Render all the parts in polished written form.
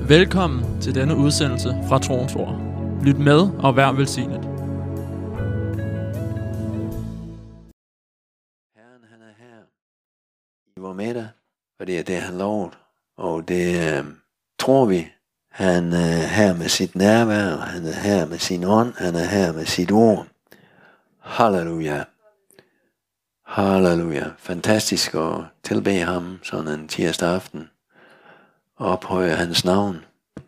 Velkommen til denne udsendelse fra Troens Ord. Lyt med og vær velsignet. Herren, han er her i vor middag, for det er det, han lovet. Og det tror vi. Han er her med sit nærvær, han er her med sin ånd, han er her med sit ord. Halleluja. Halleluja. Fantastisk at tilbede ham sådan en tirsdag aften. Og ophøje hans navn.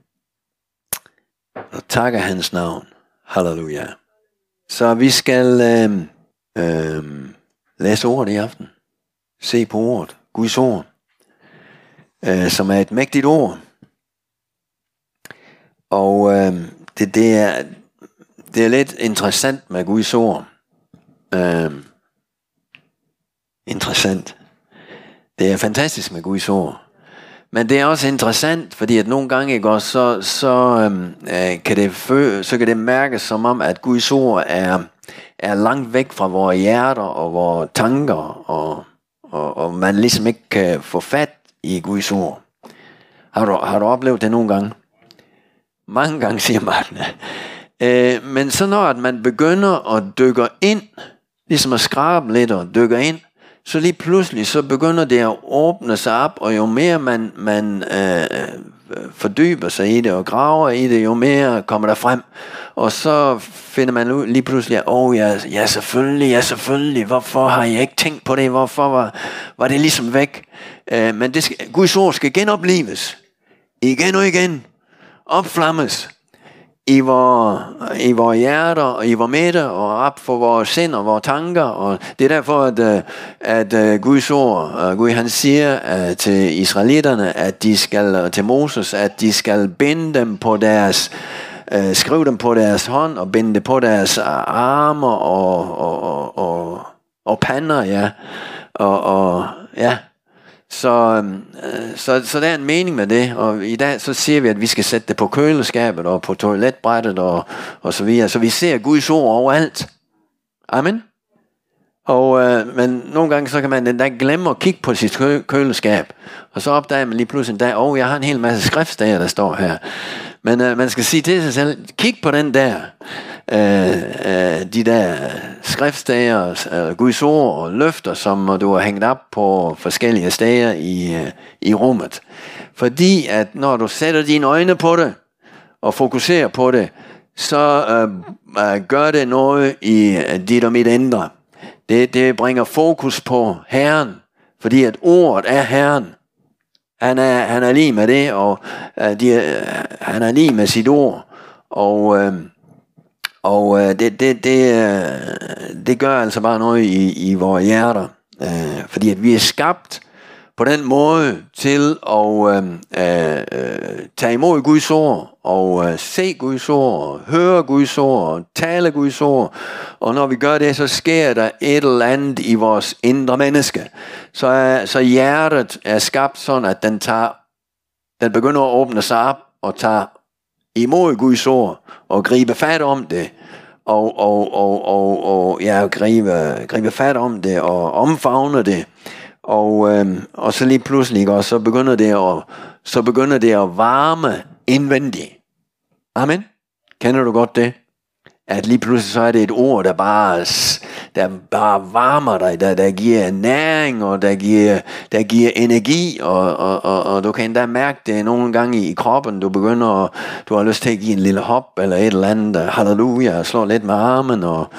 Og takke hans navn. Halleluja. Så vi skal læse ordet i aften. Se på ordet. Guds ord. Som er et mægtigt ord. Og det er lidt interessant med Guds ord. Interessant. Det er fantastisk med Guds ord. Men det er også interessant, fordi at nogle gange ikke også, så kan det mærkes som om, at Guds ord er langt væk fra vores hjerter og vores tanker, og man ligesom ikke kan få fat i Guds ord. Har du oplevet det nogle gange? Mange gange, siger Martin. Men så når at man begynder at dykke ind, ligesom at skrabe lidt og dykke ind, så lige pludselig så begynder det at åbne sig op, og jo mere man fordyber sig i det og graver i det, jo mere kommer der frem. Og så finder man lige pludselig, ja selvfølgelig, hvorfor har jeg ikke tænkt på det, hvorfor var det ligesom væk? Men Guds ord skal genoplives, igen og igen, opflammes, i vores hjerter og i vores midte og op for vores sind og vores tanker. Og det er derfor at Guds ord, Gud han siger til israelitterne, at de skal til Moses, at de skal binde dem på deres skrive dem på deres hånd og binde det på deres arme og pander, ja. Og ja. Så der er en mening med det, og i dag så siger vi, at vi skal sætte det på køleskabet og på toiletbrættet og så videre, så vi ser Guds ord overalt. Amen. Men nogle gange så kan man endda glemme at kigge på sit køleskab, og så opdager man lige pludselig en dag, jeg har en hel masse skriftsteder, der står her. Men man skal sige til sig selv, kig på den der, de der skriftsteder, Guds ord og løfter, som du har hængt op på forskellige steder i rummet. Fordi at når du sætter dine øjne på det, og fokuserer på det, så gør det noget i dit og mit indre. Det bringer fokus på Herren, fordi at ordet er Herren. Han er lige med det, og han er lige med sit ord, og det gør altså bare noget i vores hjerter, fordi at vi er skabt på den måde til at tage imod Guds ord, og se Guds ord, høre Guds ord, tale Guds ord, og når vi gør det, så sker der et eller andet i vores indre menneske. Så hjertet er skabt sådan, at den begynder at åbne sig op og tager imod Guds ord og gribe fat om det, og gribe fat om det og omfavne det. Og så lige pludselig også, så begynder det at varme indvendigt. Amen. Kender du godt det? At lige pludselig så er det et ord, der bare varmer dig, der giver næring, og der giver energi, og du kan endda mærke det nogle gange i kroppen. Du har lyst til at give en lille hop, eller et eller andet, halleluja, og slå lidt med armen, og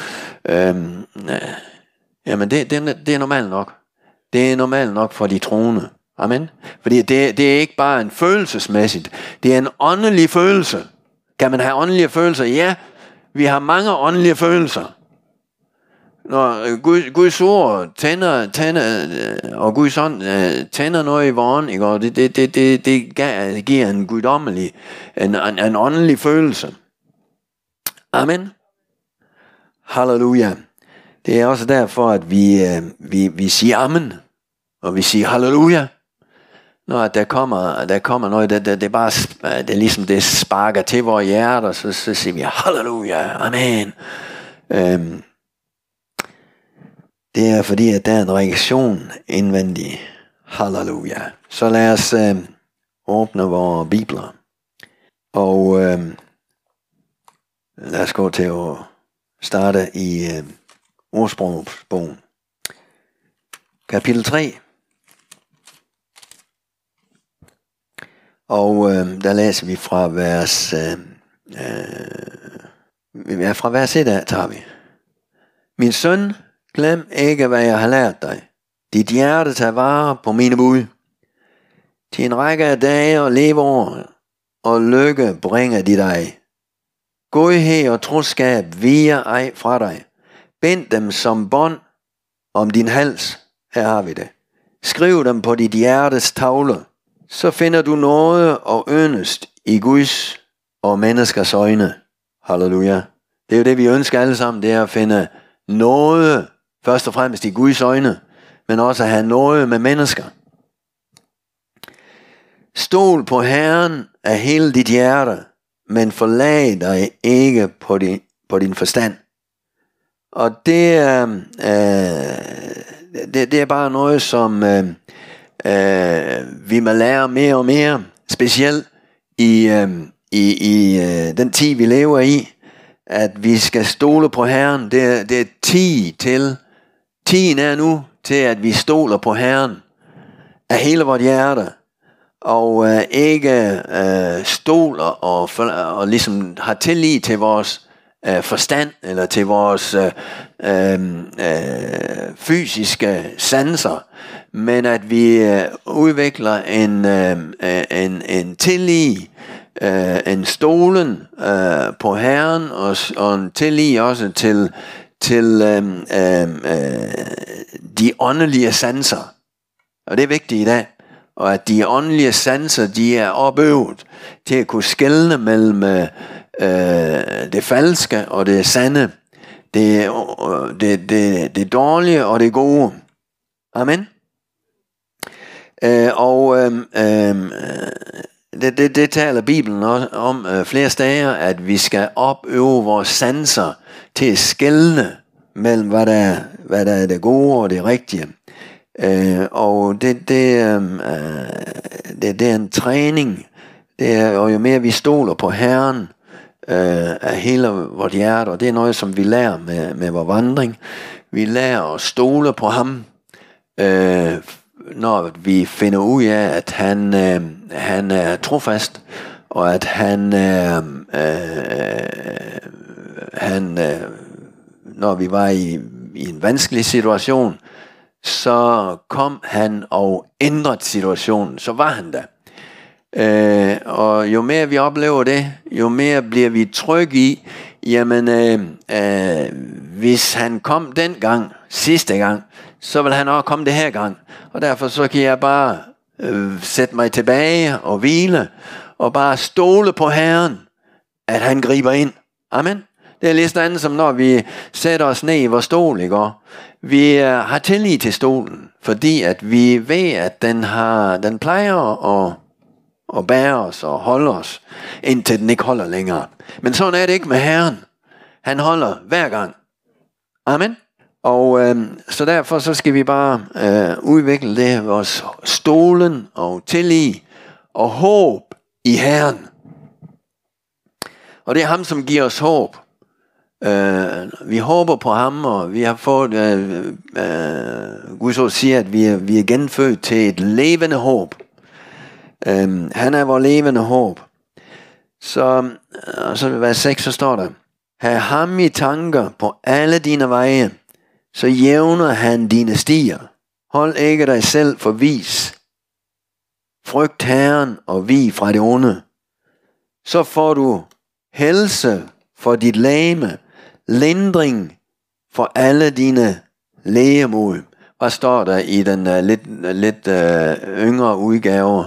jamen det er normalt nok. Det er normalt nok for de troende. Amen. Fordi det er ikke bare en følelsesmæssigt. Det er en åndelig følelse. Kan man have åndelige følelser? Ja, vi har mange åndelige følelser. Når Guds ord tænder og Guds ånd tænder noget i vores ånd, og det giver en guddommelig, en åndelig følelse. Amen. Halleluja. Det er også derfor, at vi siger amen, og vi siger halleluja. Når der kommer noget, det er ligesom det sparker til vores hjerter, så siger vi halleluja, amen. Det er fordi, at der er en reaktion indvendig. Halleluja. Så lad os åbne vores bibler Og lad os gå til at starte i ordsprogsbogen. Kapitel 3. Og der læser vi fra vers 1 af, tager vi. Min søn, glem ikke, hvad jeg har lært dig. Dit hjerte tager vare på mine bud. Til en række af dage og leveår og lykke bringer de dig. Godhed og troskab viger ej fra dig. Bind dem som bånd om din hals. Her har vi det. Skriv dem på dit hjertes tavle. Så finder du noget og yndest i Guds og menneskers øjne. Halleluja. Det er jo det, vi ønsker alle sammen. Det er at finde noget, først og fremmest i Guds øjne, men også at have noget med mennesker. Stol på Herren af hele dit hjerte, men forlag dig ikke på din forstand. Og det er bare noget, som vi må lære mere og mere, specielt i den tid, vi lever i, at vi skal stole på Herren. Det er tiden er nu til, at vi stoler på Herren af hele vort hjerte, og ikke stoler og ligesom har tillid til vores forstand, eller til vores fysiske sanser, men at vi udvikler en tillid, en stolen på Herren, og en tillid også til de åndelige sanser. Og det er vigtigt i dag. Og at de åndelige sanser, de er opøvet til at kunne skelne mellem det falske og det sande, det dårlige og det gode. Amen. Det taler Bibelen også om flere steder, at vi skal opøve vores sanser til at skelne mellem hvad der er det gode og det rigtige. Og det er en træning. Og jo mere vi stoler på Herren af hele vort hjerte, og det er noget, som vi lærer med vores vandring. Vi lærer at stole på ham, når vi finder ud af, at han er trofast, og at når vi var i en vanskelig situation, så kom han og ændrede situationen. Så var han der. Og jo mere vi oplever det, jo mere bliver vi trygge i, jamen hvis han kom den gang, sidste gang, så vil han også komme det her gang. Og derfor så kan jeg bare sætte mig tilbage og hvile, og bare stole på Herren, at han griber ind. Amen. Det er lidt andet, som når vi sætter os ned i vores stol, ikke? Vi har tillid til stolen, fordi at vi ved, at den plejer at bære os og holde os, indtil den ikke holder længere. Men sådan er det ikke med Herren. Han holder hver gang. Amen. Og så derfor så skal vi bare udvikle det, vores stolen og tillid og håb i Herren. Og det er ham, som giver os håb. Vi håber på ham, og vi har fået Guds ord siger, at vi er genfødt til et levende håb. Han er vores levende håb. Så vers 6, så står der: have ham i tanker på alle dine veje, så jævner han dine stier. Hold ikke dig selv for vis. Frygt Herren og vig fra det onde. Så får du helse for dit legeme, lindring for alle dine legemod. Hvad står der i den lidt yngre udgave?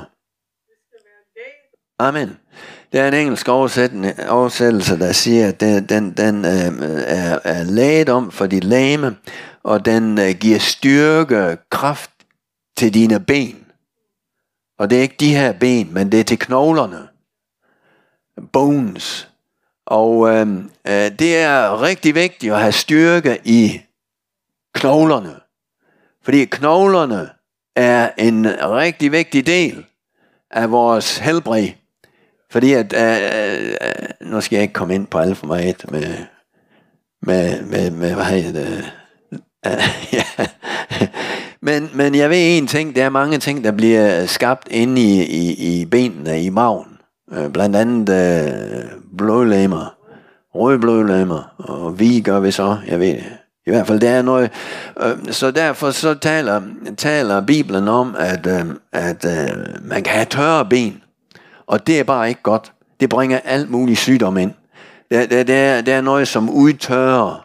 Amen. Det er en engelsk oversættelse, der siger, at den er laget om for dit legeme, og den giver styrke, kraft til dine ben. Og det er ikke de her ben, men det er til knoglerne. Bones. Og det er rigtig vigtigt at have styrke i knoglerne. Fordi knoglerne er en rigtig vigtig del af vores helbred. Fordi at, nu skal jeg ikke komme ind på alt for meget med hvad hedder det, ja. Men jeg ved en ting, der er mange ting, der bliver skabt inde i benene, i maven. Blandt andet blodlegemer, røde blodlegemer, og vi gør vi så, jeg ved det. I hvert fald, det er noget. Så derfor så taler Bibelen om, at man kan have tørre ben. Og det er bare ikke godt. Det bringer alt muligt sygdom ind. Det er noget, som udtørrer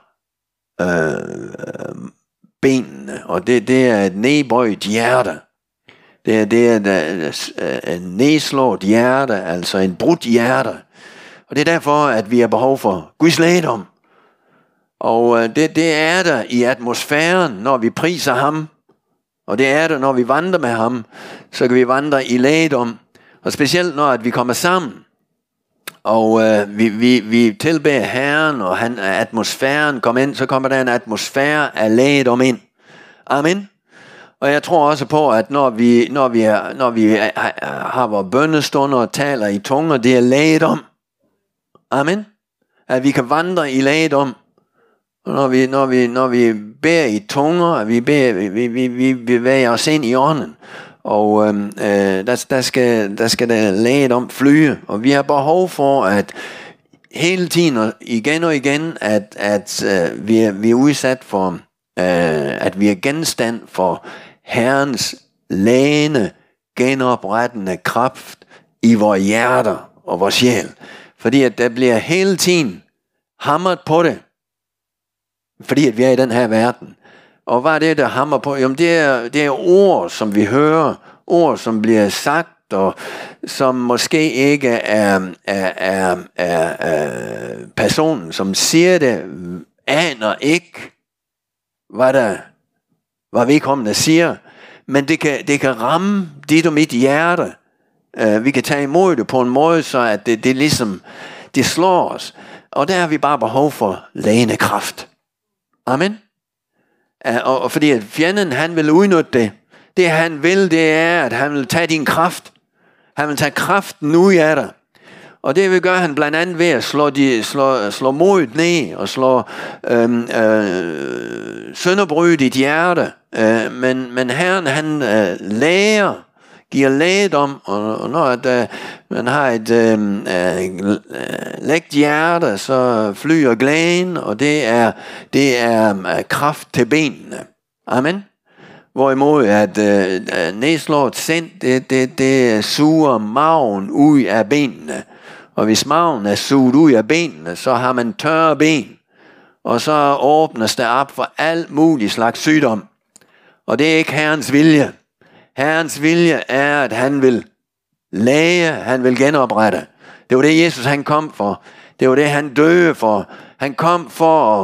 benene. Og det er et nedbøjet hjerte. Det er et nedslået hjerte, altså en brudt hjerte. Og det er derfor, at vi har behov for Guds lægedom. Og det er der i atmosfæren, når vi priser ham. Og det er der, når vi vandrer med ham. Så kan vi vandre i lægedom. Og specielt når at vi kommer sammen. Og vi tilbeder Herren, og atmosfæren kommer ind, så kommer der en atmosfære af lægedom ind. Amen. Og jeg tror også på, at når vi har vores bønnestunder og taler i tunger, det er lægedom. Amen. At vi kan vandre i lægedom. Når vi beder i tunger, at vi bevæger os ind i ånden. Og der skal der lægedom flyge. Og vi har behov for, at hele tiden og igen, at vi er udsat for, at vi er genstand for Herrens lægende, genoprettende kraft i vores hjerter og vores sjæl. Fordi at der bliver hele tiden hamret på det. Fordi at vi er i den her verden. Og hvad er det, der hamrer på? Jamen det er ord, som vi hører. Ord, som bliver sagt, og som måske ikke er personen, som siger det, aner ikke, hvad vedkommende siger. Men det kan ramme dit og mit hjerte. Vi kan tage imod det på en måde, så at det ligesom, det slår os. Og der har vi bare behov for lægende kraft. Amen. Og fordi at fjenden, han vil udnytte det. Det han vil, det er, at han vil tage din kraft. Han vil tage kraften ud af dig. Og det vil gøre han blandt andet ved at slå modet ned og slå sønderbrød dit hjerte. Men Herren, han giver lægedom, og når man har et lægt hjerte, så flyger glæden, og det er kraft til benene. Amen. Hvorimod at nedslået sind, det suger maven ud af benene. Og hvis maven er suget ud af benene, så har man tørre ben. Og så åbnes der op for alt muligt slags sygdom. Og det er ikke Herrens vilje. Herrens vilje er, at han vil læge, han vil genoprette. Det var det, Jesus han kom for. Det var det, han døde for. Han kom for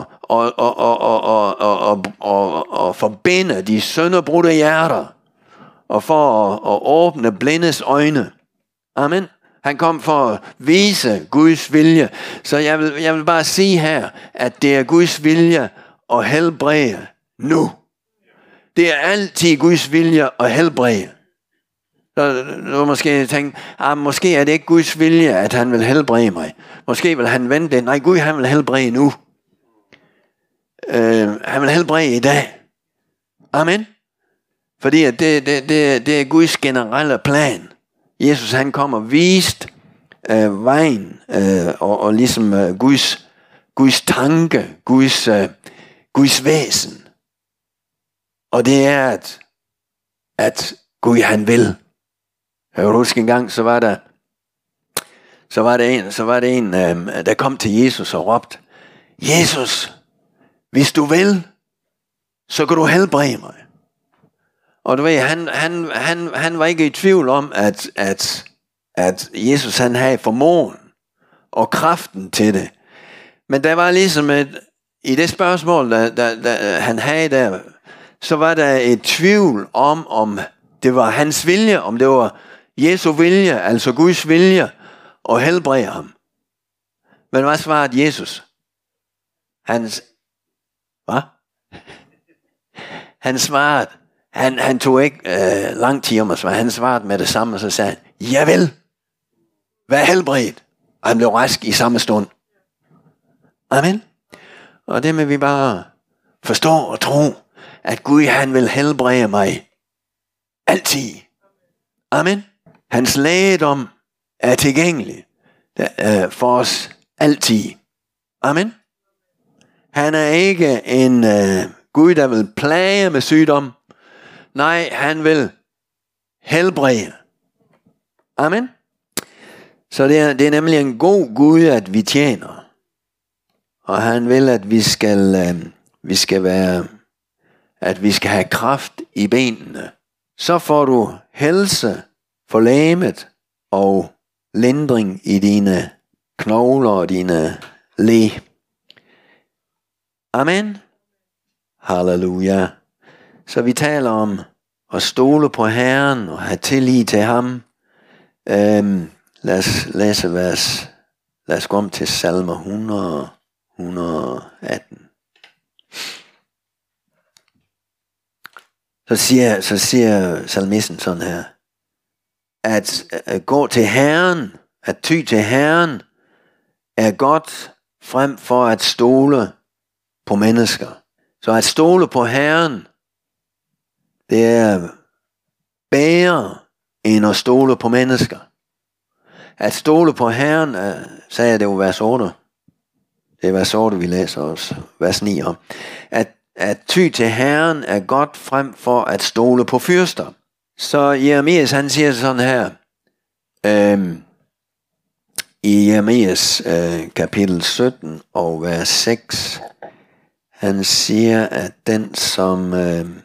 at forbinde de sønderbrudte hjerter. Og for at åbne blindes øjne. Amen. Han kom for at vise Guds vilje. Så jeg vil bare sige her, at det er Guds vilje at helbrede nu. Det er altid Guds vilje at helbrede. Så du måske tænke, måske er det ikke Guds vilje, at han vil helbrede mig. Måske vil han vente. Nej, Gud han vil helbrede nu. Han vil helbrede i dag. Amen. Fordi at det er Guds generelle plan. Jesus han kom og viste vejen og ligesom Guds tanke, Guds væsen. Og det er at Gud han vil. Jeg kan huske en gang, så var der en, der kom til Jesus og råbte, Jesus, hvis du vil, så kan du helbrede mig. Og du ved, han var ikke i tvivl om, at Jesus han havde formåen og kraften til det. Men der var ligesom i det spørgsmål, der han havde der, så var der et tvivl om det var hans vilje, om det var Jesu vilje, altså Guds vilje, at helbrede ham. Men hvad svarede Jesus? Han svarede, han tog ikke lang tid om at svare. Han svarede med det samme, og så sagde han, jeg vil. være helbredt. Og han blev rask i samme stund. Amen. Og det må vi bare forstå og tro, at Gud han vil helbrede mig. Altid. Amen. Hans lægedom er tilgængelig for os altid. Amen. Han er ikke en Gud, der vil plage med sygdom. Nej, han vil helbrede. Amen. Så det er nemlig en god Gud, at vi tjener. Og han vil, at vi skal have kraft i benene. Så får du helse for legemet og lindring i dine knogler og dine led. Amen. Halleluja. Så vi taler om at stole på Herren og have tillid til ham. Lad os læse vers. Lad os gå om til salmer 118. Så siger salmisten sådan her. At gå til Herren, at ty til Herren, er godt frem for at stole på mennesker. Så at stole på Herren, det er bedre end at stole på mennesker. At stole på Herren, sagde jeg, det var vers 8. Det er vers 8, vi læser også, vers 9 om. At ty til Herren er godt frem for at stole på fyrster. Så Jeremias, han siger sådan her, i Jeremias kapitel 17 og vers 6, han siger, at den som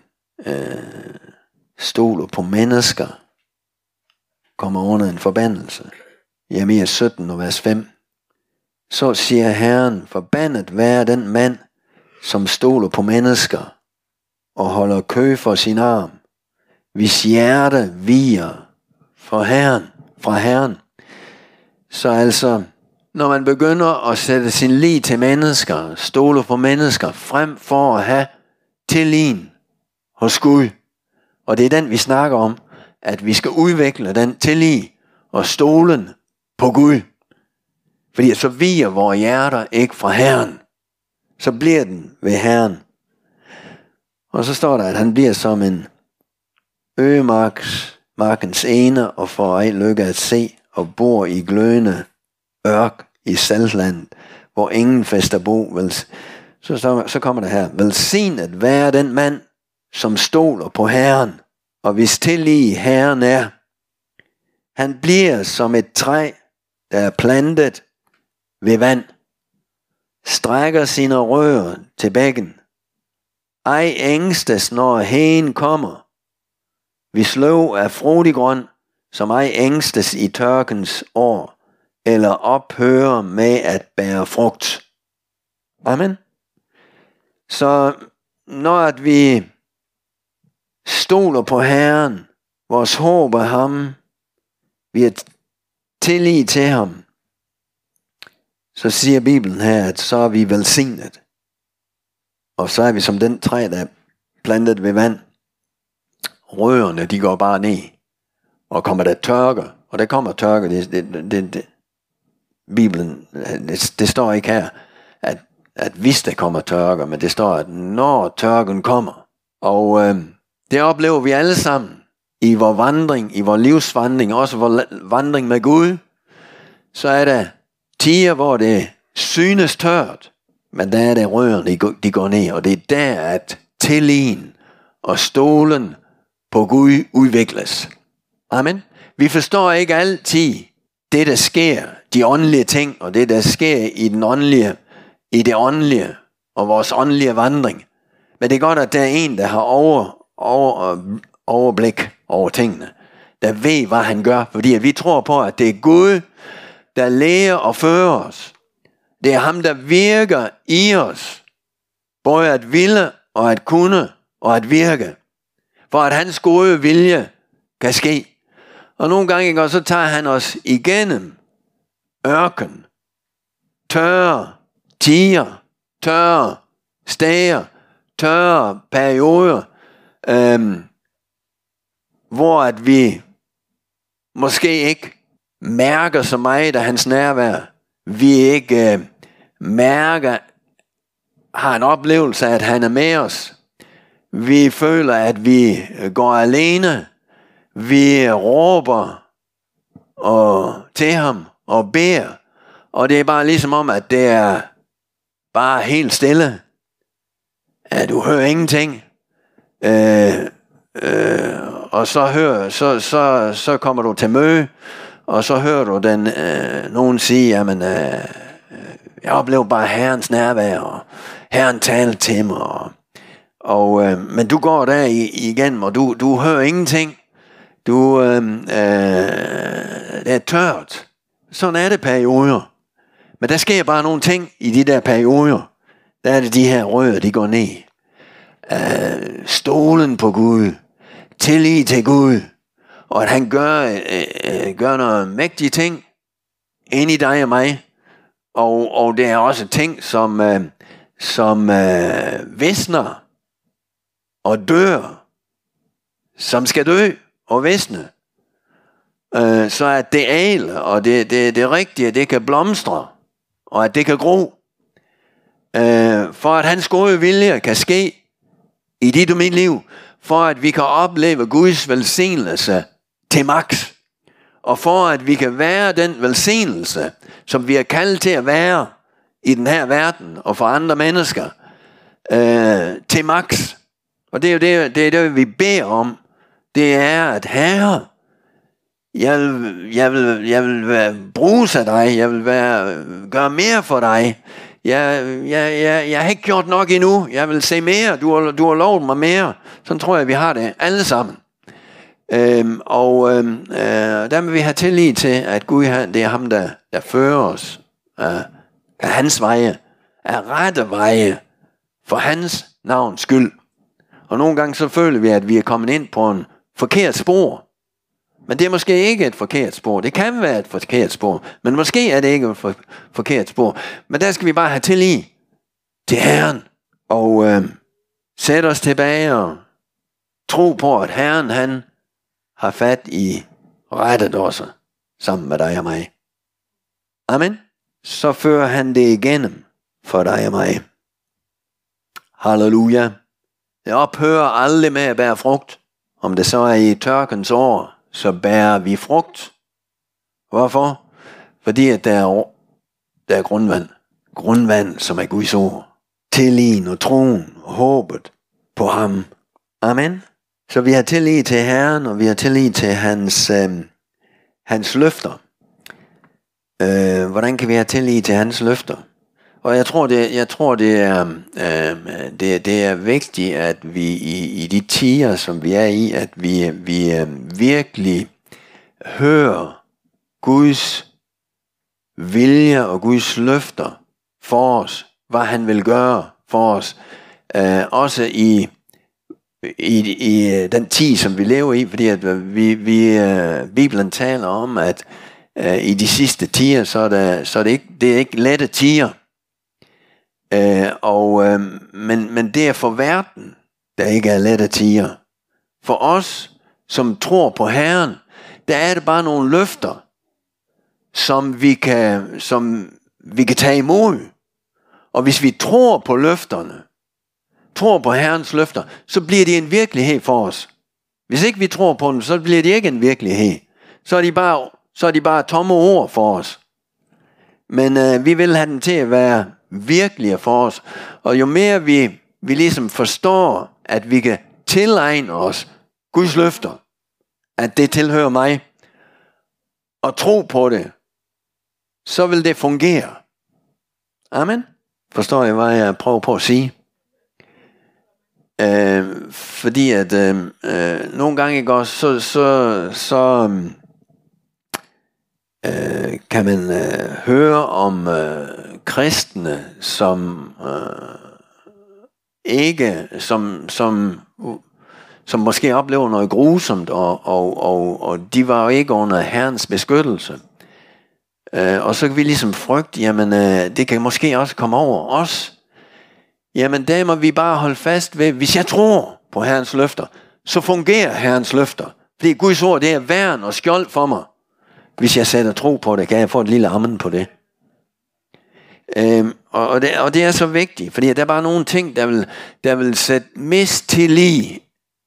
stoler på mennesker, kommer under en forbandelse. Jeremias 17 og vers 5. Så siger Herren, forbandet være den mand, som stoler på mennesker, og holder kø for sin arm, hvis hjerte viger fra Herren. Så altså, når man begynder at sætte sin lid til mennesker, stole på mennesker, frem for at have tilliden hos Gud, og det er den, vi snakker om, at vi skal udvikle den tillid og stolen på Gud. Fordi så viger vores hjerter ikke fra Herren. Så bliver den ved Herren. Og så står der, at han bliver som en øgemarkens ene, og får ej lykke at se, og bor i glødende ørk i saltlandet, hvor ingen fester bo. Så kommer der her, velsignet være den mand, som stoler på Herren, og hvis tillid Herren er. Han bliver som et træ, der er plantet ved vand, strækker sine rødder til bækken. Ej ængstes, når hægen kommer. Hvis løv er frodig grøn, som ej ængstes i tørkens år, eller ophører med at bære frugt. Amen. Så når at vi stoler på Herren, vores håb er ham, vi er tillid til ham, så siger Bibelen her, at så er vi velsignet. Og så er vi som den træ, der er plantet ved vand. Rødderne, de går bare ned. Og kommer der tørke, og der kommer tørke, Bibelen, det står ikke her, at hvis der kommer tørke, men det står, at når tørken kommer. Og det oplever vi alle sammen i vores vandring, i vores livsvandring, også vores vandring med Gud. Så er der tider, hvor det synes tørt, men der er det rødderne, de går ned, og det er der, at tilliden og stolen på Gud udvikles. Amen. Vi forstår ikke altid det, der sker, de åndelige ting, og det, der sker i det åndelige, og vores åndelige vandring. Men det er godt, at der er en, der har overblik over tingene, der ved, hvad han gør, fordi vi tror på, at det er Gud, der lærer og fører os. Det er ham, der virker i os, både at ville og at kunne og at virke, for at hans gode vilje kan ske. Og nogle gange så tager han os igennem ørken, tørre tiger, tørre steder, tørre perioder, hvor at vi måske ikke mærker så meget af hans nærvær. Vi ikke mærker, har en oplevelse af, at han er med os. Vi føler, at vi går alene. Vi råber til ham og beder. Og det er bare ligesom om, at det er bare helt stille. At du hører ingenting. Og så kommer du til møde, og så hører du nogen sige, jamen, jeg oplever bare Herrens nærvær, og Herren talte til mig. Men du går der igennem, og du hører ingenting. Det er tørt. Sådan er det perioder. Men der sker bare nogle ting i de der perioder. Der er det de her rødder, de går ned. Stolen på Gud. Tillid til Gud. Og at han gør noget mægtige ting ind i dig og mig. Og det er også ting, som visner og dør. Som skal dø og visne. Så at det ale, og det rigtige, det kan blomstre, og at det kan gro. For at hans gode vilje kan ske i dit og mit liv, for at vi kan opleve Guds velsignelse til max, og for at vi kan være den velsignelse, som vi er kaldt til at være i den her verden, og for andre mennesker, til max. Og det er jo det, vi beder om. Det er, at Herre, jeg vil bruge sig af dig. Jeg vil gøre mere for dig. Jeg har ikke gjort nok endnu. Jeg vil se mere. Du har lovet mig mere. Sådan tror jeg, vi har det alle sammen. Der vil vi have tillid til, at Gud, det er ham, der fører os af hans veje, af rette veje, for hans navns skyld. Og nogle gange så føler vi, at vi er kommet ind på en forkert spor. Men det er måske ikke et forkert spor. Det kan være et forkert spor. Men måske er det ikke et forkert spor. Men der skal vi bare have tillid til Herren. Og sætte os tilbage og tro på, at Herren, han har fat i rettet også. Sammen med dig og mig. Amen. Så fører han det igennem for dig og mig. Halleluja. Det ophører aldrig med at bære frugt. Om det så er i tørkens år, så bærer vi frugt. Hvorfor? Fordi at der er grundvand. Grundvand, som er Guds ord. Tilliden og troen og håbet på ham. Amen. Så vi har tillid til Herren, og vi har tillid til hans løfter. Hvordan kan vi have tillid til hans løfter? Og jeg tror det er vigtigt, at vi i de tider, som vi er i, at vi virkelig hører Guds vilje og Guds løfter for os, hvad han vil gøre for os, også i den tid, som vi lever i, fordi at Bibelen taler om, at i de sidste tider, så er det ikke lette tider. Men det er for verden, der ikke er lette tider. For os, som tror på Herren, der er det bare nogle løfter, som vi kan tage imod. Og hvis vi tror på løfterne, tror på Herrens løfter, så bliver det en virkelighed for os. Hvis ikke vi tror på dem, så bliver det ikke en virkelighed. Så er de bare tomme ord for os. Men vi vil have dem til at være virkelige for os. Og jo mere vi ligesom forstår, at vi kan tilegne os Guds løfter, at det tilhører mig, og tro på det, så vil det fungere. Amen. Forstår I, hvad jeg prøver på at sige? Fordi at nogle gange ikke også, så kan man høre om kristne, som ikke, som måske oplever noget grusomt, og de var jo ikke under Herrens beskyttelse. Og så kan vi ligesom frygte, jamen det kan måske også komme over os. Jamen der må vi bare holde fast ved, hvis jeg tror på Herrens løfter, så fungerer Herrens løfter. Fordi Guds ord, det er værn og skjold for mig. Hvis jeg sætter tro på det, kan jeg få et lille amen på det. Og det er så vigtigt, fordi der er bare nogle ting, der vil sætte mistillid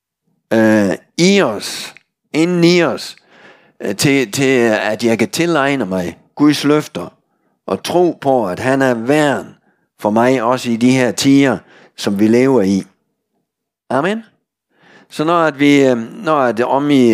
i os, inden i os, til at jeg kan tilegne mig Guds løfter, og tro på, at han er værn for mig, også i de her tider, som vi lever i. Amen. Så når det om i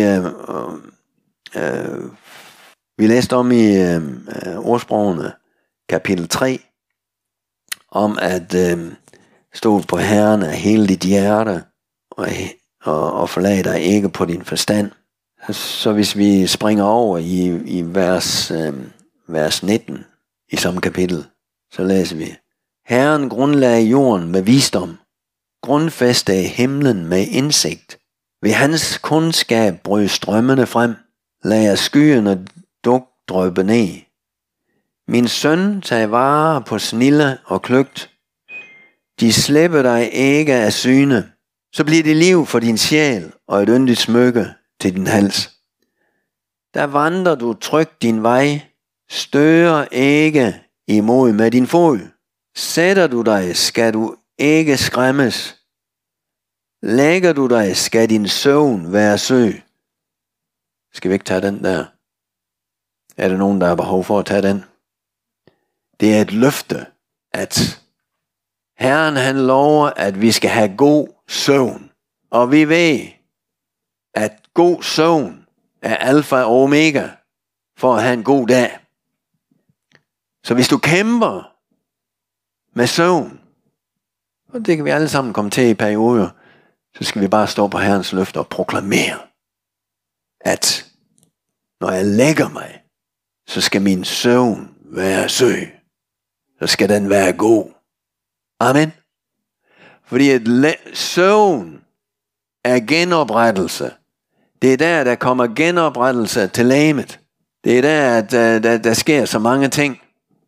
vi læste om i ordsprogene kapitel 3 om at stå på Herren af hele dit hjerte og forlade dig ikke på din forstand. Så hvis vi springer over i vers 19 i samme kapitel, så læser vi: Herren grundlagde jorden med visdom, grundfæstede himlen med indsigt. Ved hans kundskab brød strømmene frem, lagde skyerne dryppe ned. Min søn, tag vare på snilde og kløgt. De slipper dig ikke af syne. Så bliver det liv for din sjæl og et yndigt smykke til din hals. Der vandrer du trygt din vej, støder ikke imod med din fod. Sætter du dig, skal du ikke skræmmes. Lægger du dig, skal din søvn være søg. Skal vi ikke tage den der? Er der nogen, der har behov for at tage den? Det er et løfte, at Herren han lover, at vi skal have god søvn. Og vi ved, at god søvn er alfa og omega for at have en god dag. Så hvis du kæmper med søvn, og det kan vi alle sammen komme til i perioder, så skal vi bare stå på Herrens løfter og proklamere, at når jeg lægger mig, så skal min søvn være søg. Så skal den være god. Amen. Fordi at søvn er genoprettelse. Det er der kommer genoprettelse til legemet. Det er der sker så mange ting.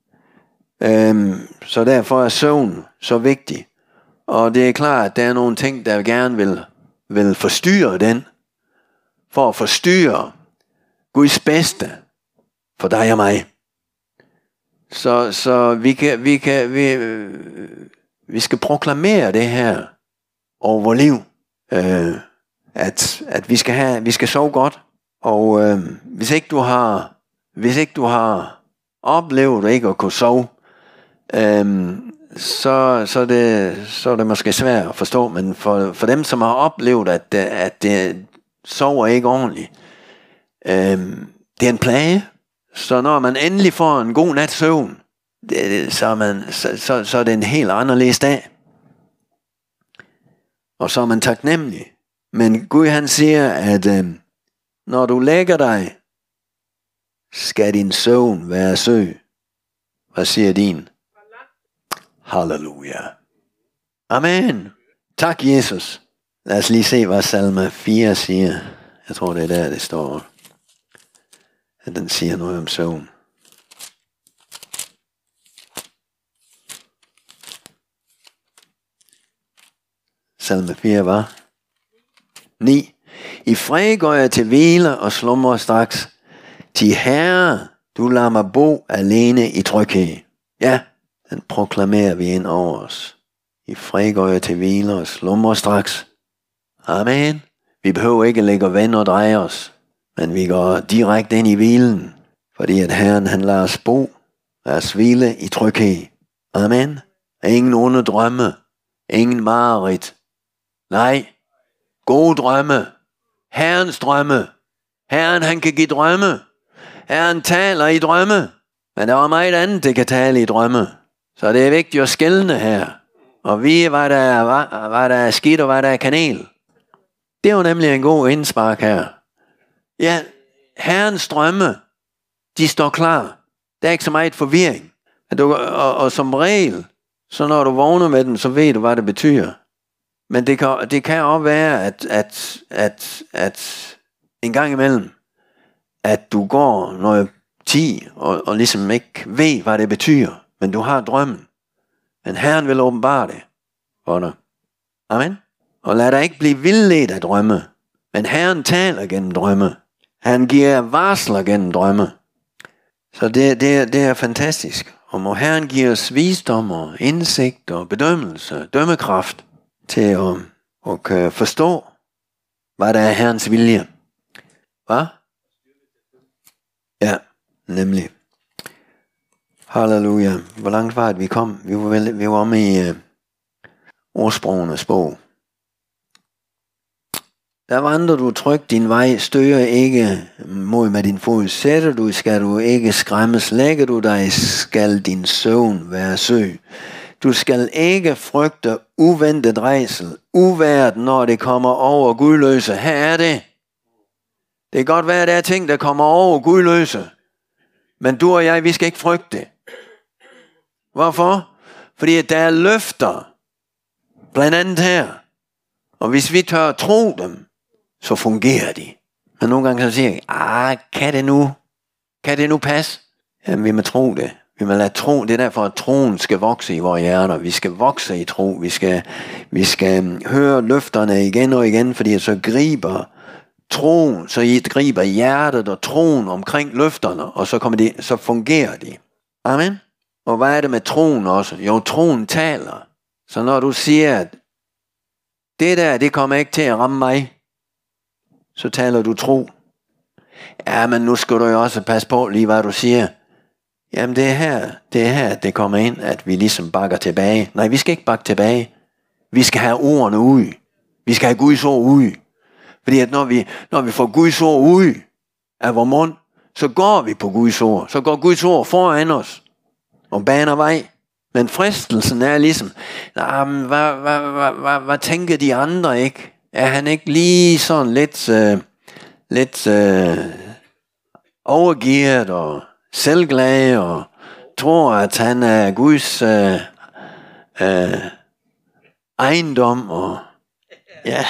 Så derfor er søvn så vigtig. Og det er klart, at der er nogle ting, der gerne vil forstyrre den. For at forstyrre Guds bedste for dig og mig. Så vi skal proklamere det her over vores liv. At vi skal sove godt. Og hvis ikke du har oplevet ikke at kunne sove, så er det måske svært at forstå. Men for dem, som har oplevet, at det sover ikke ordentligt, det er en plage. Så når man endelig får en god nats søvn, så er det en helt anderledes dag. Og så er man taknemmelig. Men Gud han siger, at når du lægger dig, skal din søvn være søg. Hvad siger din? Halleluja. Amen. Tak Jesus. Lad os lige se, hvad salme 4 siger. Jeg tror, det er der, det står. At den siger noget om søvn. Salme 4 var 9. I fred går jeg til hvile og slumrer straks. Til Herre, du lader mig bo alene i tryghed. Ja, den proklamerer vi ind over os. I fred går jeg til hvile og slumrer straks. Amen. Vi behøver ikke lægge og vende og dreje os, men vi går direkte ind i hvilen, fordi at Herren han lader os bo, lader os hvile i tryghed. Amen. Ingen onde drømme, ingen mareridt. Nej, gode drømme. Herrens drømme. Herren han kan give drømme. Herren taler i drømme. Men der er meget andet, det kan tale i drømme. Så det er vigtigt at skelne her. Og vide, hvad der er skidt og hvad der er kanel. Det er jo nemlig en god indspark her. Ja, Herrens drømme, de står klar. Der er ikke så meget forvirring. Og som regel, så når du vågner med dem, så ved du, hvad det betyder. Men det kan også være, at en gang imellem, at du går noget 10 og ligesom ikke ved, hvad det betyder. Men du har drømmen. Men Herren vil åbenbare det for dig. Amen. Og lad dig ikke blive vildledt af drømme. Men Herren taler gennem drømme. Han giver varsler gennem drømme. Så det er fantastisk. Og må Herren give os visdom og indsigt og bedømmelse, dømmekraft til at kan forstå, hvad der er Herrens vilje. Hvad? Ja, nemlig. Halleluja. Hvor langt var det, vi kom? Vi var om i ordsprogenes bog. Der vandrer du trygt din vej, støger ikke mod med din fod. Sætter du, skal du ikke skræmmes. Lægger du dig, skal din søvn være søg. Du skal ikke frygte uventet rædsel, uværet, når det kommer over gudløse. Her er det. Det kan godt være, at der er ting, der kommer over gudløse. Men du og jeg, vi skal ikke frygte det. Hvorfor? Fordi der er løfter, blandt andet her. Og hvis vi tør tro dem, så fungerer de. Men nogle gange så siger jeg, kan det nu passe? Jamen, vi må tro det. Vi må lade tro. Det er derfor, at troen skal vokse i vores hjerter. Vi skal vokse i tro. Vi skal høre løfterne igen og igen, fordi så griber troen, så I griber hjertet og troen omkring løfterne, og så fungerer de. Amen. Og hvad er det med troen også? Jo, troen taler. Så når du siger, at det kommer ikke til at ramme mig, så taler du tro. Ja, men nu skal du jo også passe på lige, hvad du siger. Jamen, det er her, det kommer ind, at vi ligesom bakker tilbage. Nej, vi skal ikke bakke tilbage. Vi skal have ordene ud. Vi skal have Guds ord ud. Fordi at når vi får Guds ord ud af vores mund, så går vi på Guds ord. Så går Guds ord foran os og baner vej. Men fristelsen er ligesom, hvad tænker de andre ikke? Er han ikke lige sådan lidt overgivet og selvglad og tror, at han er Guds ejendom og ja.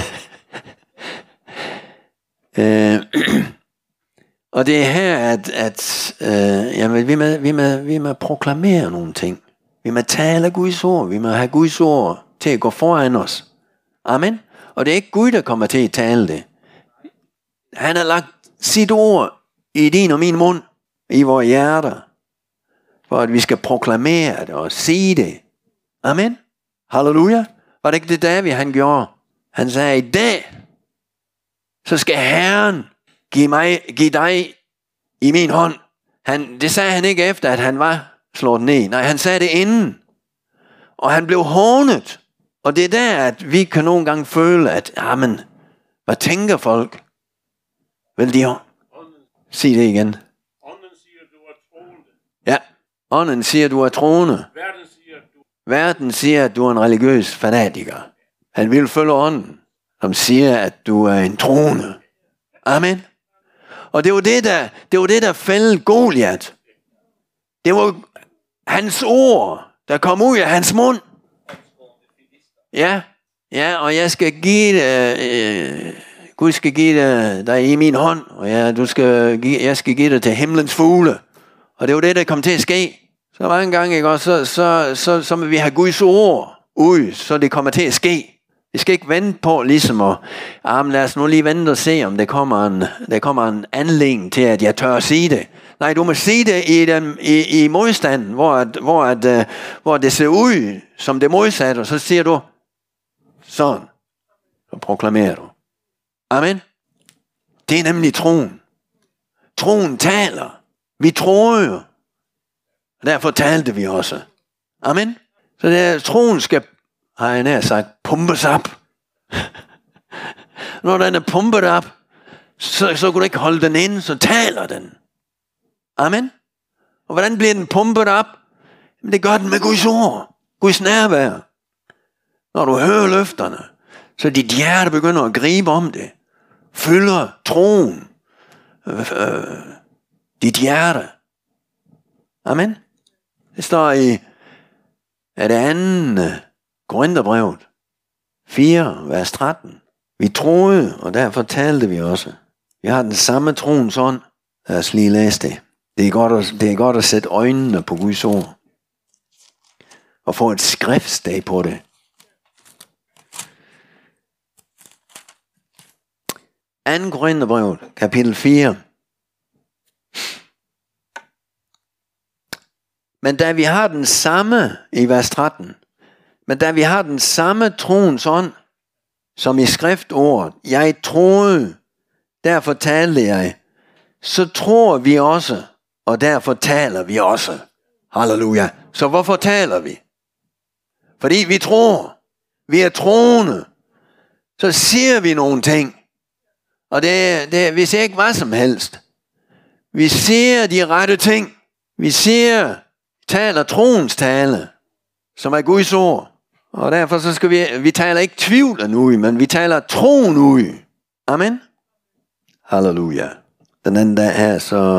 Og det er her, at jamen, vi må proklamere nogle ting. Vi må tale Guds ord. Vi må have Guds ord til at gå foran os. Amen. Og det er ikke Gud, der kommer til at tale det. Han har lagt sit ord i din og min mund, i vores hjerter, for at vi skal proklamere det og sige det. Amen. Halleluja. Var det ikke det David, han gjorde? Han sagde, i dag, så skal Herren give dig i min hånd. Det sagde han ikke efter, at han var slået ned. Nej, han sagde det inden. Og han blev hånet. Og det er der, at vi kan nogle gange føle, at, jamen, hvad tænker folk? Vil de sige det igen? Ånden siger, du er troende. Ja, ånden siger, du er troende. Verden siger, at du er en religiøs fanatiker. Han vil følge ånden, som siger, at du er en troende. Amen. Og det var det, der fældede Goliat. Det var hans ord, der kom ud af hans mund. Ja, og jeg skal give Gud skal give dig i min hånd, og jeg skal give det til himlens fugle. Og det var det, der kom til at ske. Så mange gange, ikke? Og så vil vi have Guds ord ud, så det kommer til at ske. Vi skal ikke vente på ligesom at, lad os nu lige vente og se, om der kommer en anledning til, at jeg tør at sige det. Nej, du må sige det i modstanden, hvor det ser ud som det modsatte, og så siger du sådan. Så proklamerer du. Amen. Det er nemlig troen. Troen taler. Vi troede. Derfor talte vi også. Amen. Så troen skal, har jeg nær sagt, pumpes op. Når den er pumpet op, så kan du ikke holde den inde, så taler den. Amen. Og hvordan bliver den pumpet op? Jamen, det gør den med Guds ord. Guds nærvær. Når du hører løfterne, så dit hjerte begynder at gribe om det. Fylder troen. Dit hjerte. Amen. Det står i det andet Korintherbrevet 4, vers 13. Vi troede, og derfor talte vi også. Vi har den samme troens ånd. Lad os lige læse det. Det er godt at sætte øjnene på Guds ord. Og få et skriftsdag på det. 2. Korintherbrevet, kapitel 4. Men da vi har den samme, i vers 13, men da vi har den samme troens ånd, som i skriftordet, jeg troede, derfor talte jeg, så tror vi også, og derfor taler vi også. Halleluja. Så hvorfor taler vi? Fordi vi tror. Vi er troende. Så siger vi nogle ting. Og vi siger ikke hvad som helst. Vi siger de rette ting. Vi taler troens tale, som er Guds ord. Og derfor så skal vi taler ikke tvivlen ud, men vi taler troen ud. Amen. Halleluja. Den anden dag her,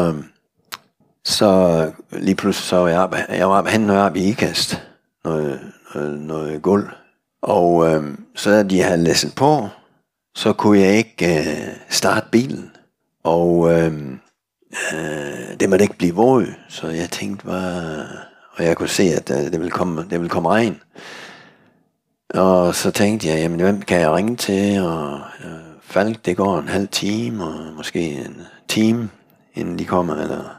så lige pludselig så jeg var henne oppe i Ikast, noget guld. Og så da de havde læsset på, så kunne jeg ikke starte bilen. Og det måtte ikke blive våd, så jeg tænkte, og jeg kunne se, at det ville komme regn. Og så tænkte jeg, jamen hvem kan jeg ringe til? Og Falk, det går en halv time, og måske en time, inden de kommer. Eller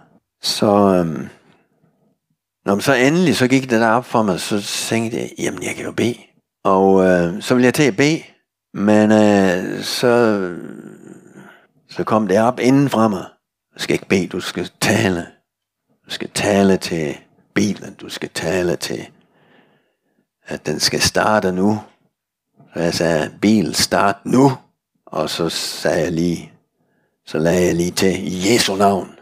så endelig, så gik det der op for mig, så tænkte jeg, jamen jeg kan jo bede. Og så ville jeg til at bede, men så kom det op inden fra mig. Du skal ikke bede, du skal tale. Du skal tale til bilen, du skal tale til, at den skal starte nu. Så jeg sagde, bil start nu. Og så lagde jeg lige til i Jesu navn.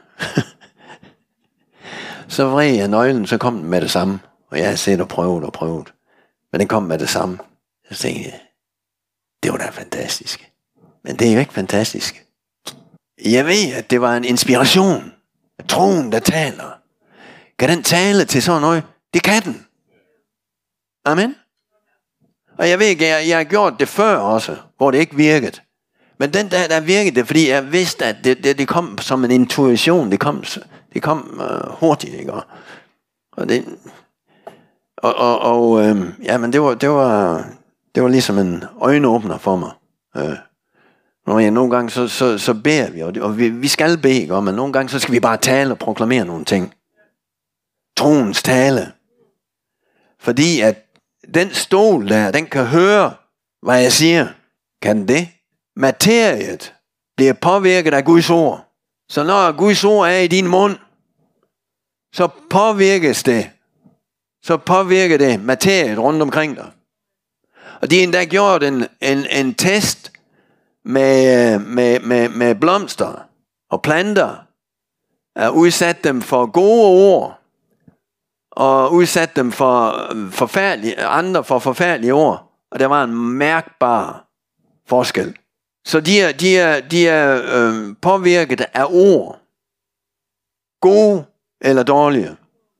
Så vred jeg nøglen, så kom den med det samme. Og jeg har set og prøvet. Men den kom med det samme. Så tænkte jeg, det var da fantastisk. Men det er jo ikke fantastisk. Jeg ved, at det var en inspiration. Troen, der taler. Kan den tale til sådan noget? Det kan den. Amen. Og jeg ved ikke, jeg har gjort det før også, hvor det ikke virkede. Men den der virkede det, fordi jeg vidste, at det kom som en intuition. Det kom hurtigt, ikke? Men det var ligesom en øjenåbner for mig. Nogle gange så beder vi, og vi skal bede, ikke? Men nogle gange så skal vi bare tale og proklamere nogle ting. Troens tale. Fordi at den stol der, den kan høre, hvad jeg siger. Kan den det? Materiet bliver påvirket af Guds ord. Så når Guds ord er i din mund, så påvirker det materiet rundt omkring dig. Og de har endda gjort en test med blomster og planter, at udsætte dem for gode ord, og udsætte dem for forfærdelige ord. Og der var en mærkbar forskel. Så de er påvirket af ord. Gode eller dårlige.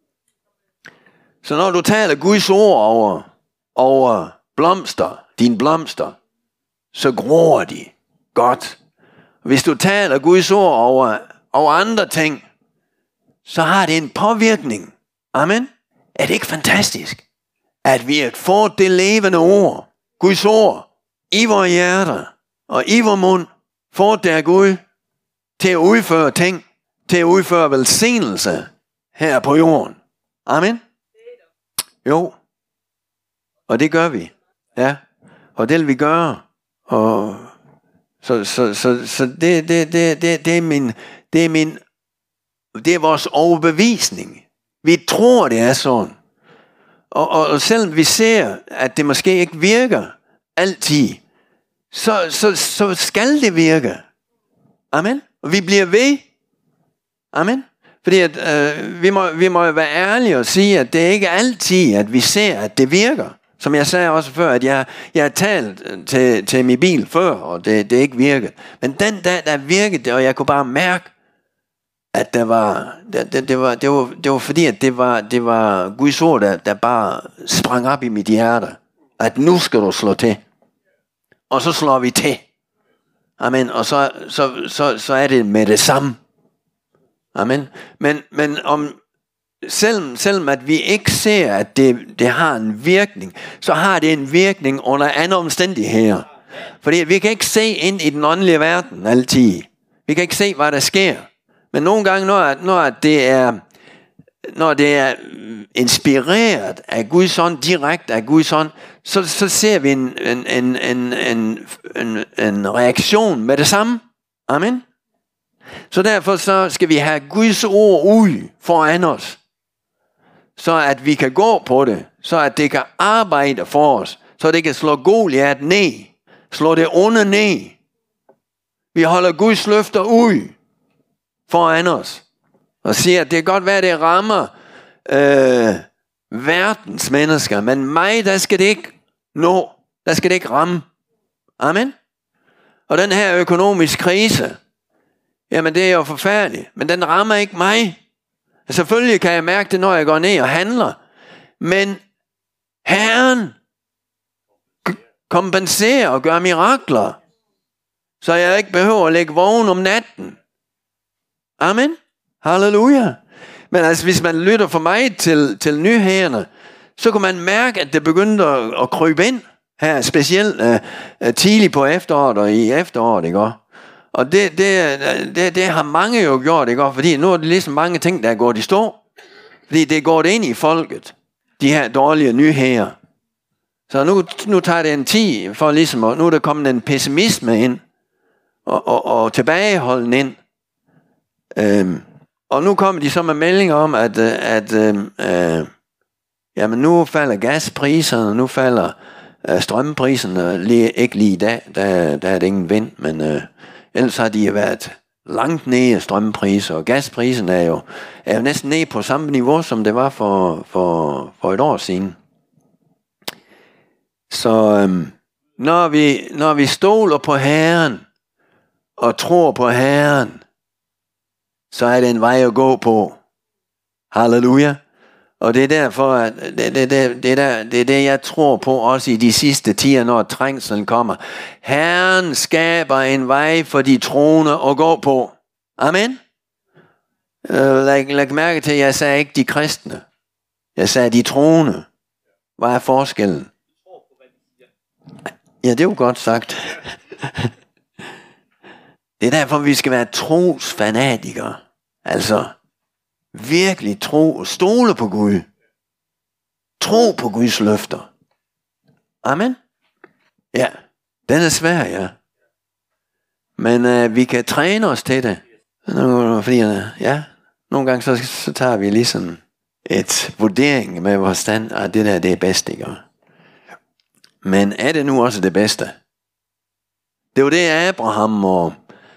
Så når du taler Guds ord over blomster, dine blomster, så gror de godt. Hvis du taler Guds ord over andre ting, så har det en påvirkning. Amen. Er det ikke fantastisk, at vi har fået det levende ord, Guds ord, i vores hjerter og i vores mund, fået det af Gud til at udføre ting, til at udføre velsignelse her på jorden. Amen. Jo. Og det gør vi. Ja. Og det vil vi gøre. Og så det er vores overbevisning. Vi tror, det er sådan. Og selvom vi ser, at det måske ikke virker altid, så skal det virke. Amen. Og vi bliver ved. Amen. Fordi at, vi må jo være ærlige og sige, at det ikke er altid, at vi ser, at det virker. Som jeg sagde også før, at jeg har talt til min bil før, og det ikke virkede. Men den dag, der virkede det, og jeg kunne bare mærke, at det var fordi, at det var Guds ord, der bare sprang op i mit hjerte. At nu skal du slå til. Og så slår vi til. Amen. Og så er det med det samme. Amen. Men selvom at vi ikke ser, at det har en virkning, så har det en virkning under andre omstændigheder. Fordi vi kan ikke se ind i den åndelige verden altid. Vi kan ikke se, hvad der sker. Men nogle gange, når det er når det er inspireret af Guds ånd, direkte af Guds ånd, så ser vi en reaktion med det samme. Amen. Så derfor så skal vi have Guds ord ud foran os, så at vi kan gå på det, så at det kan arbejde for os, så det kan slå Goliat ned, slå det onde ned. Vi holder Guds løfter ud foran os, og siger, at det kan godt være, at det rammer verdens mennesker, men mig, der skal det ikke nå, der skal det ikke ramme. Amen. Og den her økonomiske krise, jamen det er jo forfærdeligt, men den rammer ikke mig. Selvfølgelig kan jeg mærke det, når jeg går ned og handler, men Herren kompenserer og gør mirakler, så jeg ikke behøver at ligge vågen om natten. Amen. Halleluja. Men altså, hvis man lytter for mig til nyhederne, så kan man mærke, at det begyndte at krybe ind her, specielt tidligt på efteråret og i efteråret, ikke? Og det har mange jo gjort, ikke? Fordi nu er det ligesom mange ting, der er gået i stå. Fordi det er gået ind i folket, de her dårlige nyheder. Så nu tager det en tid for ligesom, nu er der kommet en pessimisme ind, og tilbageholden ind. Og nu kommer de så med meldinger om, at jamen nu falder gaspriserne, nu falder strømpriserne, ikke lige i dag, der er det ingen vind, men ellers har de været langt nede strømpriser, og gasprisen er jo næsten nede på samme niveau, som det var for et år siden. Så når vi stoler på Herren, og tror på Herren, så er det en vej at gå på. Halleluja. Og det er derfor, at det er det, jeg tror på også i de sidste tider, når trængslen kommer. Herren skaber en vej for de troende at gå på. Amen. Læg mærke til, at jeg sagde ikke de kristne. Jeg sagde de troende. Hvad er forskellen? Ja, det er jo godt sagt. Det er derfor, vi skal være trosfanatikere. Altså, virkelig tro og stole på Gud. Tro på Guds løfter. Amen. Ja, den er svær, ja. Men vi kan træne os til det. Fordi, ja, nogle gange så tager vi ligesom et vurdering med vores stand, at det der, det er bedst, ikke? Men er det nu også det bedste? Det var det Abraham og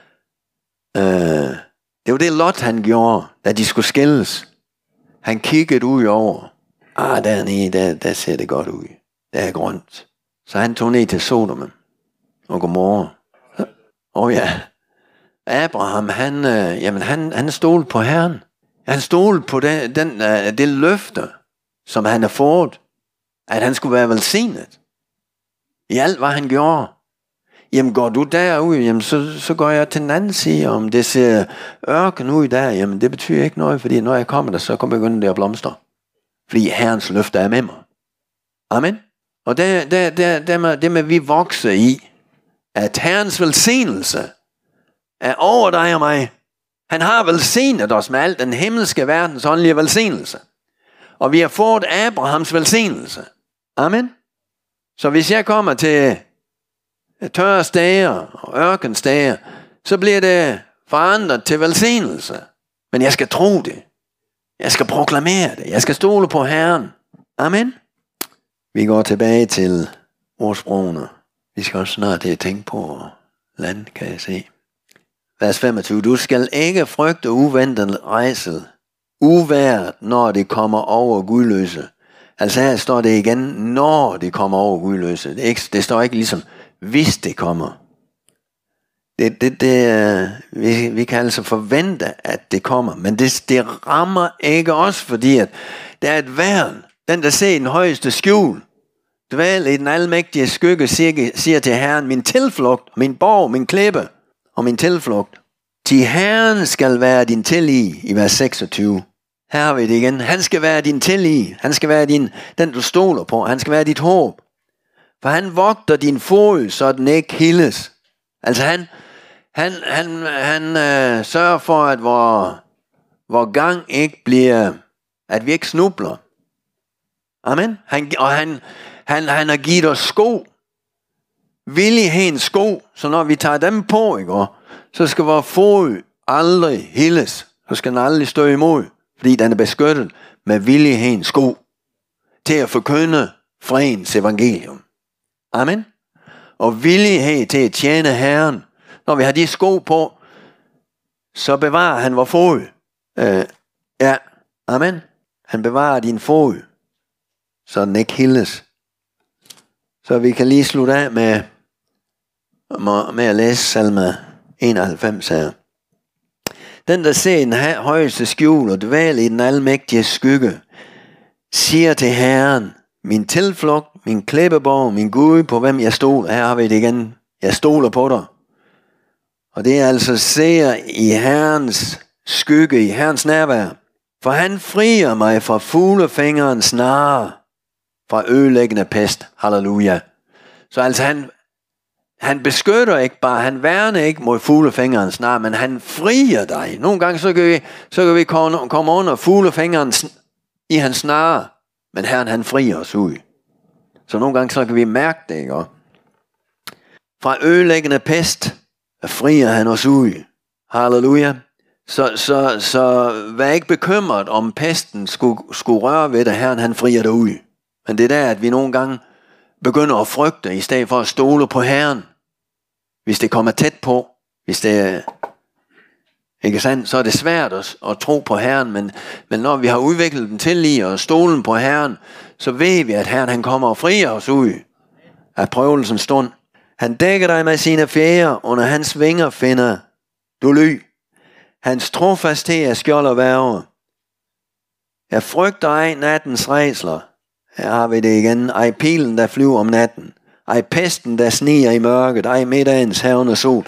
det var det Lot han gjorde, da de skulle skilles. Han kiggede ud over. Dernede, der ser det godt ud. Der er grønt. Så han tog ned til Sodom og Gomorra. Ja. Abraham, han stolede på Herren. Han stolede på det løfte, som han har fået, at han skulle være velsignet. I alt, hvad han gjorde. Jamen går du derud, jamen så går jeg til den anden side. Om det ser ørken ud der, jamen det betyder ikke noget, fordi når jeg kommer der, så kommer begynder det at blomstre. Fordi Herrens løfte er med mig. Amen. Og det med vi vokser i, at Herrens velsignelse er over dig og mig. Han har velsignet os med alt den himmelske verdens åndelige velsignelse. Og vi har fået Abrahams velsignelse. Amen. Så hvis jeg kommer til tørre steder og ørkensteder, så bliver det forandret til velsignelse. Men jeg skal tro det. Jeg skal proklamere det. Jeg skal stole på Herren. Amen. Vi går tilbage til ordsprogene. Vi skal også snart tænke på land, kan jeg se. Vers 25. Du skal ikke frygte uventet rejsel, uværet, når det kommer over gudløse. Altså her står det igen, når det kommer over gudløse. Det står ikke ligesom, hvis det kommer. Vi kan altså forvente, at det kommer, men det rammer ikke os, fordi at der er et værn. Den, der ser den højeste skjul, dvæl i den almægtige skygge, siger til Herren, min tilflugt, min borg, min klippe og min tilflugt. Til Herren skal være din tillid, i vers 26. Her har vi det igen. Han skal være din tillid. Han skal være den du stoler på. Han skal være dit håb. For han vogter din fod, så den ikke hilles. Altså han sørger for, at vor gang ikke bliver At vi ikke snubler. Amen. Han har givet os sko. Villighedens sko. Så når vi tager dem på, ikke, så skal vores fod aldrig hilles. Så skal den aldrig stå imod. Fordi den er beskyttet med villighedens sko. Til at forkynde fredens evangelium. Amen. Og villighed til at tjene Herren. Når vi har de sko på, så bevarer han vores fod. Ja, amen. Han bevarer din fod, så den ikke hildes. Så vi kan lige slutte af med at læse salme 91 her. Den, der ser den højeste skjul og dvæler i den almægtige skygge, siger til Herren, min tilflugt, min klippeborg, min Gud, på hvem jeg stoler. Her har vi det igen. Jeg stoler på dig. Og det er altså ser i Herrens skygge, i Herrens nærvær. For han frier mig fra fuglefingerens snare, fra ødelæggende pest. Halleluja. Så altså han beskytter ikke bare, han værner ikke mod fuglefingerens snare, men han frier dig. Nogle gange så kan vi komme under fuglefingeren i hans snare, men Herren han frier os ud. Så nogle gange så kan vi mærke det, ikke? Fra ødelæggende pest frier han os ud. Halleluja. Så vær ikke bekymret, om pesten skulle røre ved dig. Herren han frier dig ud. Men det er der, at vi nogle gange begynder at frygte, i stedet for at stole på Herren. Hvis det kommer tæt på, hvis det ikke sandt, så er det svært at tro på Herren. Men når vi har udviklet den tillid og stolen på Herren, så ved vi, at Herren han kommer og frier os ud af prøvelsens stund. Han dækker dig med sine fjerde, under hans vinger finder du ly. Hans trofasthed er skjold og værge. Jeg frygter ej nattens rædsler. Her har vi det igen. Ej pilen, der flyver om natten. Ej pesten, der sniger i mørket. Ej middagens hævende sol.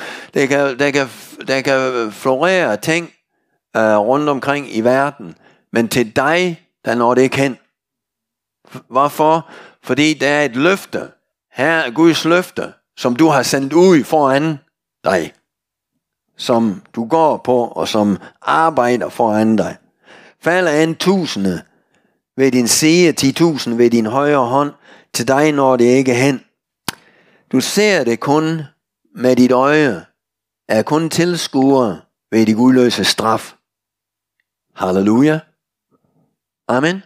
Der kan florere ting rundt omkring i verden. Men til dig, der når det ikke hen. Hvorfor? Fordi der er et løfte. Her er Guds løfte, som du har sendt ud foran dig. Som du går på, og som arbejder foran dig. Falder en 1000 ved din side, 10.000 ved din højre hånd, til dig når det ikke hen. Du ser det kun med dit øje, er kun tilskuer ved de gudløse straf. Halleluja. Amen.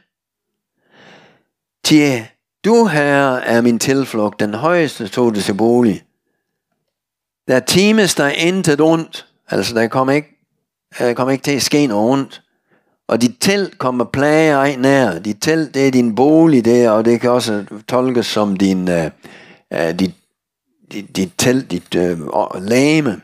Du, Herre, er min tilflugt, den højeste tog det til bolig. Der times der intet ondt, altså der kommer ikke til at ske noget ondt. Og dit telt kommer plager ej nær. Dit telt, det er din bolig der, og det kan også tolkes som dit telt, dit læme.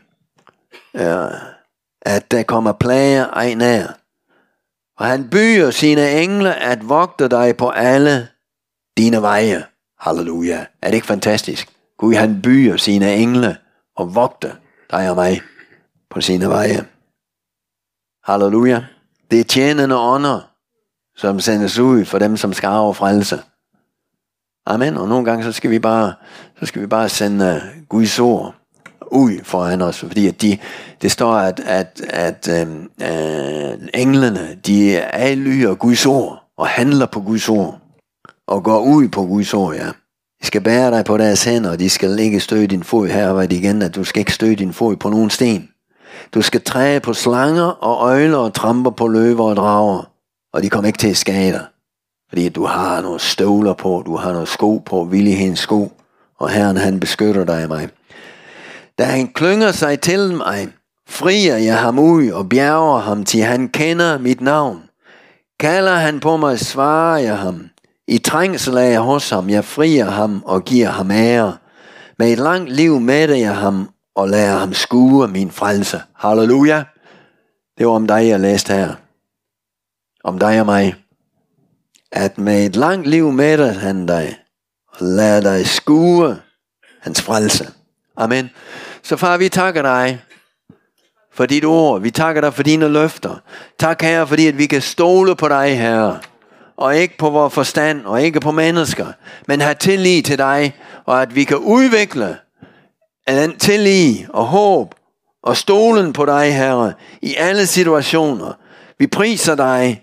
At der kommer plager ej nær. Og han byder sine engle at vogte dig på alle dine veje. Halleluja. Er det ikke fantastisk? Gud, han byder sine engle og vogte dig og mig på sine veje. Halleluja. Det er tjenende ånder, som sendes ud for dem, som skal arve frelse. Amen. Og nogle gange så skal vi bare sende Guds ord ud foran os, fordi at det står at englene, de adlyder Guds ord og handler på Guds ord og går ud på Guds ord, ja. De skal bære dig på deres hænder, og de skal ikke støde din fod. Her var det igen, at du skal ikke støde din fod på nogen sten. Du skal træde på slanger og øjler og tramper på løver og drager, og de kommer ikke til at skade dig. Fordi du har nogle støvler på, du har nogle sko på, villighedens sko, og Herren han beskytter dig og mig. Da han klynger sig til mig, frier jeg ham ud og bjerger ham, til han kender mit navn. Kalder han på mig, svarer jeg ham. I trængsel er jeg hos ham, jeg frier ham og giver ham ære. Med et langt liv mætter jeg ham og lader ham skue min frelse. Halleluja. Det var om dig, jeg læste her. Om dig og mig. At med et langt liv mætter han dig og lader dig skue hans frelse. Amen. Så far, vi takker dig for dit ord. Vi takker dig for dine løfter. Tak, Herre, fordi at vi kan stole på dig, Herre. Og ikke på vores forstand, og ikke på mennesker, men have tillid til dig, og at vi kan udvikle den tillid og håb og stolen på dig, Herre, i alle situationer. Vi priser dig.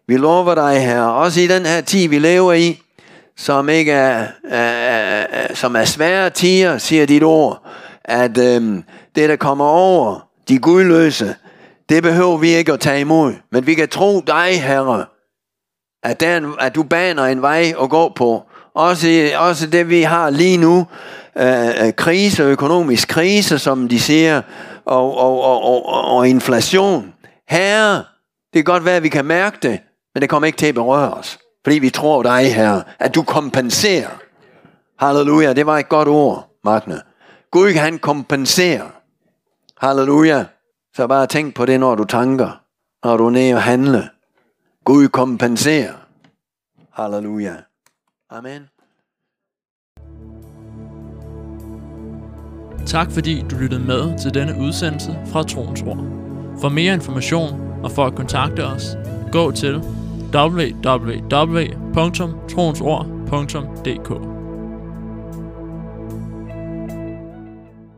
Vi lover dig, Herre, også i den her tid, vi lever i, som ikke som er svære tider, siger dit ord, at det, der kommer over de gudløse, det behøver vi ikke at tage imod. Men vi kan tro dig, Herre, at du baner en vej at gå på. Også det, vi har lige nu, krise, økonomisk krise, som de siger, og inflation. Herre, det kan godt være, at vi kan mærke det, men det kommer ikke til at berøre os. Fordi vi tror dig, Herre, at du kompenserer. Halleluja, det var et godt ord, Magne. Gud, han kompenserer. Halleluja. Så bare tænk på det, når du tanker, når du er nede og handler. Gud kompenserer. Halleluja. Amen. Tak fordi du lyttede med til denne udsendelse fra Troens Ord. For mere information og for at kontakte os, gå til www.troensord.dk.